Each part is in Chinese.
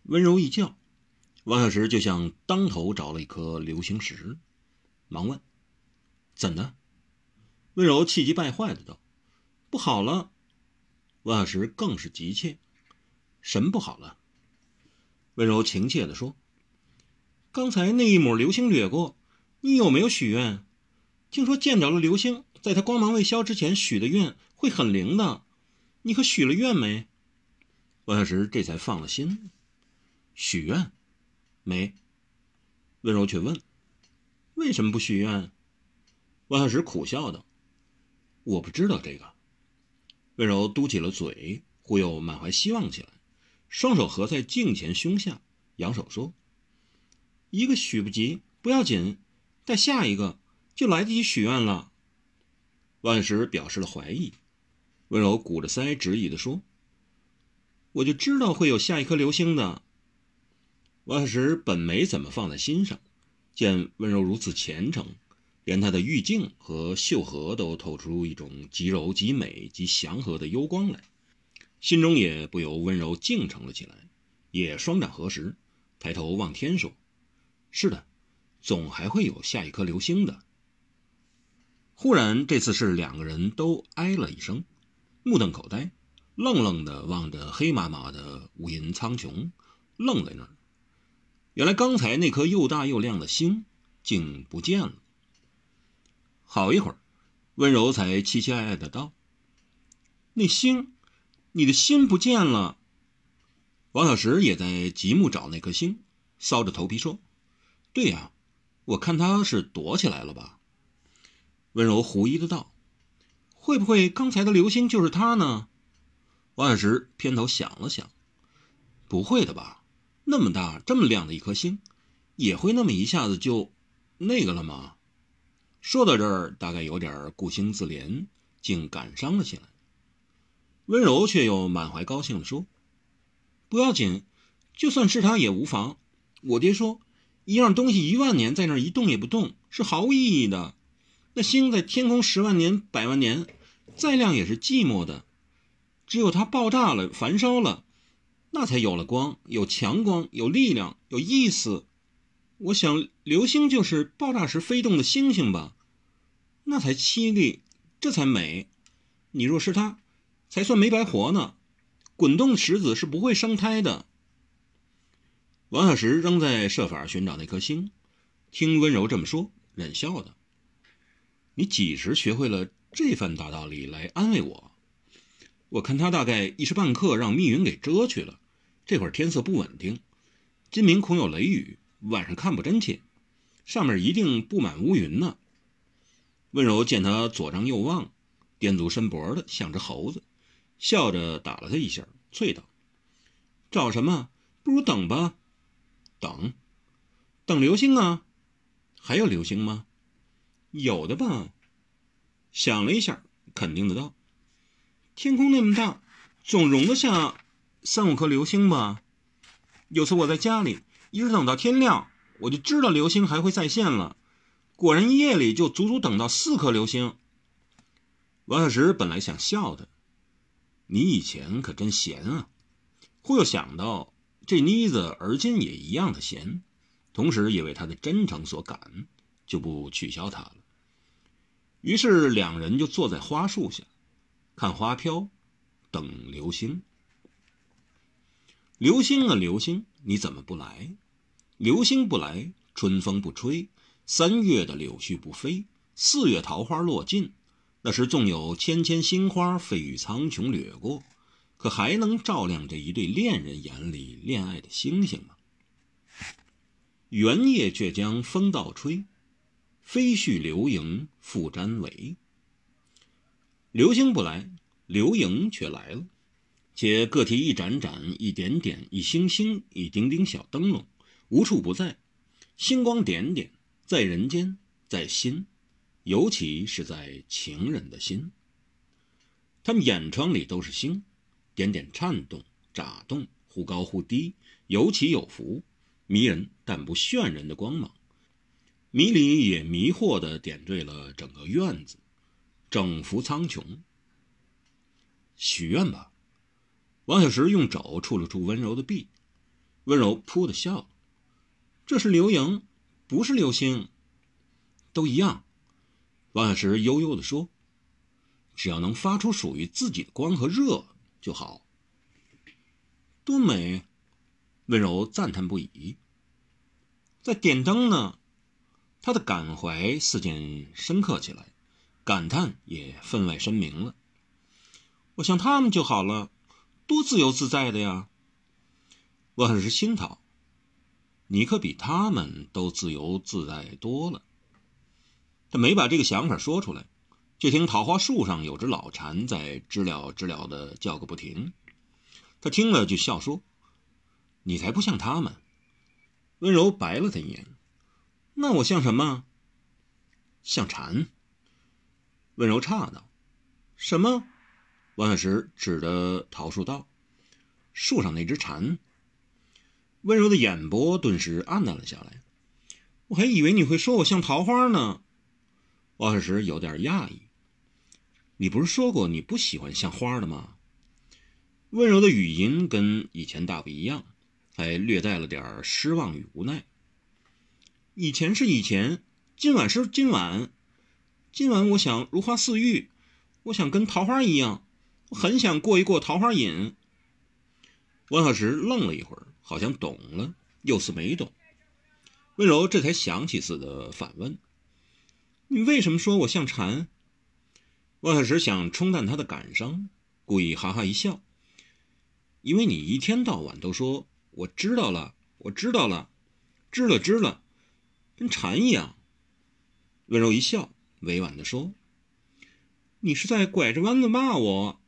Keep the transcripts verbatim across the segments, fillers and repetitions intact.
温柔一叫，王小石就像当头着了一颗流星石，忙问：怎的？温柔气急败坏的道：不好了。王小石更是急切：什么不好了？温柔情切地说：刚才那一抹流星掠过，你有没有许愿？听说见着了流星，在它光芒未消之前许的愿会很灵的，你可许了愿没？王小石这才放了心。许愿？没。温柔却问：为什么不许愿？王小石苦笑道：我不知道这个。温柔嘟起了嘴，忽又满怀希望起来，双手合在颈前胸下，扬手说：一个许不及不要紧，待下一个就来得及许愿了。王小石表示了怀疑。温柔鼓着腮执意地说：我就知道会有下一颗流星的。王小石本没怎么放在心上，见温柔如此虔诚，连她的玉颈和袖合都透出一种极柔极美极祥和的幽光来，心中也不由温柔敬诚了起来，也双掌合十，抬头望天说：是的，总还会有下一颗流星的。忽然这次是两个人都唉了一声，目瞪口呆，愣愣地望着黑麻麻的无垠苍穹，愣在那儿。原来刚才那颗又大又亮的星竟不见了。好一会儿，温柔才凄凄哀哀的道：那星，你的心不见了。王小石也在极目找那颗星，搔着头皮说：对呀，我看他是躲起来了吧。温柔狐疑的道：会不会刚才的流星就是他呢？王小石偏头想了想：不会的吧，那么大这么亮的一颗星，也会那么一下子就那个了吗？说到这儿，大概有点顾心自怜，竟感伤了起来。温柔却又满怀高兴地说：不要紧，就算是他也无妨。我爹说，一样东西一万年在那儿一动也不动是毫无意义的，那星在天空十万年百万年，再亮也是寂寞的，只有它爆炸了燃烧了，那才有了光，有强光，有力量，有意思。我想流星就是爆炸时飞动的星星吧，那才凄厉，这才美。你若是它，才算没白活呢。滚动石子是不会生胎的。王小石仍在设法寻找那颗星，听温柔这么说，忍笑的：你几时学会了这番大道理来安慰我？我看他大概一时半刻让密云给遮去了，这会儿天色不稳定，今明恐有雷雨，晚上看不真切，上面一定布满乌云呢。温柔见他左张右望，颠足伸脖的像只猴子，笑着打了他一下，啐道：找什么？不如等吧。等？等流星啊？还有流星吗？有的吧。想了一下，肯定的道：天空那么大，总容得下三五颗流星吧。有次我在家里一直等到天亮，我就知道流星还会再现了，果然夜里就足足等到四颗流星。王小石本来想笑他：你以前可真闲啊。忽又想到这妮子而今也一样的闲，同时也为他的真诚所感，就不取笑他了。于是两人就坐在花树下，看花飘，等流星。流星啊流星，你怎么不来？流星不来，春风不吹，三月的柳絮不飞，四月桃花落尽，那时纵有千千星花飞与苍穹掠过，可还能照亮这一对恋人眼里恋爱的星星吗？原叶却将风倒吹，飞絮流萤复沾围。流星不来，流萤却来了，且个体一盏盏，一点点，一星星，一丁丁小灯笼，无处不在，星光点点，在人间，在心，尤其是在情人的心。他们眼窗里都是星，点点颤动，眨动，忽高忽低，有起有伏，迷人但不炫人的光芒，迷离也迷惑地点缀了整个院子，整幅苍穹。许愿吧。王小石用肘触了触温柔的臂， 温柔噗的笑了，这是流萤，不是流星，都一样。王小石悠悠地说，只要能发出属于自己的光和热就好。多美！温柔赞叹不已。在点灯呢，他的感怀似渐深刻起来，感叹也分外深明了。我像他们就好了，多自由自在的呀！我很是心讨，你可比他们都自由自在多了。他没把这个想法说出来，就听桃花树上有只老蝉在知了知了的叫个不停。他听了就笑说，你才不像他们。温柔白了他一眼，那我像什么？像蝉。温柔诧道，什么？王小石指着桃树道，树上那只蝉。温柔的眼波顿时暗淡了下来，我还以为你会说我像桃花呢。王小石有点讶异，你不是说过你不喜欢像花的吗？温柔的语音跟以前大不一样，还略带了点失望与无奈。以前是以前，今晚是今晚，今晚我想如花似玉，我想跟桃花一样，我很想过一过桃花瘾。王小石愣了一会儿，好像懂了，又似没懂。温柔这才想起似的反问，你为什么说我像蝉？王小石想冲淡他的感伤，故意哈哈一笑，因为你一天到晚都说我知道了，我知道了，知了知了，跟蝉一样。温柔一笑，委婉地说，你是在拐着弯子骂我。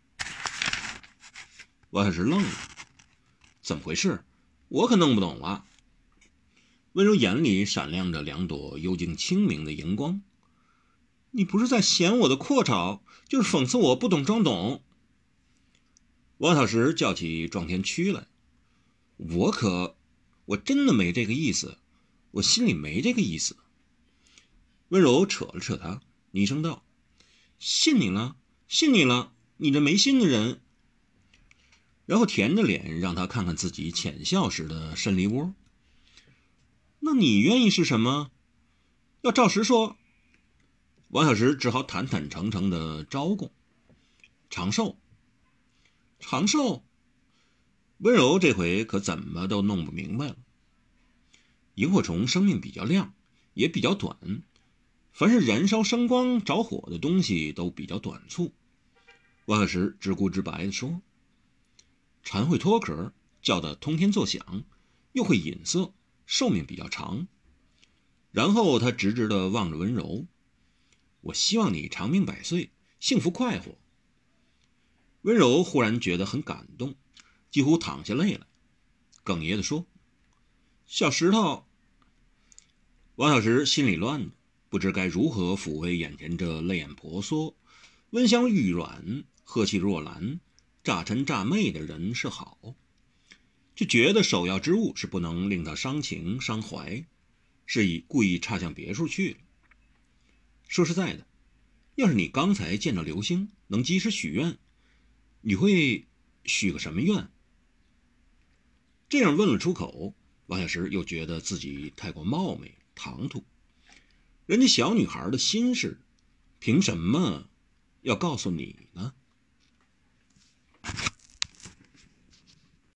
王小石愣了，怎么回事？我可弄不懂啊。温柔眼里闪亮着两朵幽静清明的荧光，你不是在嫌我的阔绰，就是讽刺我不懂装懂。王小石叫起撞天区来，我可我真的没这个意思，我心里没这个意思。温柔扯了扯他，低声道，信你了，信你了，你这没心的人。然后甜着脸让他看看自己浅笑时的深梨窝。那你愿意是什么？要照实说。王小石只好坦坦诚诚的招供，长寿。长寿？温柔这回可怎么都弄不明白了。萤火虫生命比较亮，也比较短，凡是燃烧生光着火的东西都比较短促。王小石直顾直白地说，蝉会脱壳，叫得通天作响，又会隐色，寿命比较长。然后他直直地望着温柔，我希望你长命百岁，幸福快活。温柔忽然觉得很感动，几乎淌下泪来，哽咽地说，小石头。王小石心里乱着，不知该如何抚慰眼前这泪眼婆娑、温香玉软、呵气若兰、乍嗔乍媚的人是好，就觉得首要之务是不能令他伤情伤怀，是以故意岔向别处去了。说实在的，要是你刚才见到流星能及时许愿，你会许个什么愿？这样问了出口，王小石又觉得自己太过冒昧唐突，人家小女孩的心事凭什么要告诉你呢？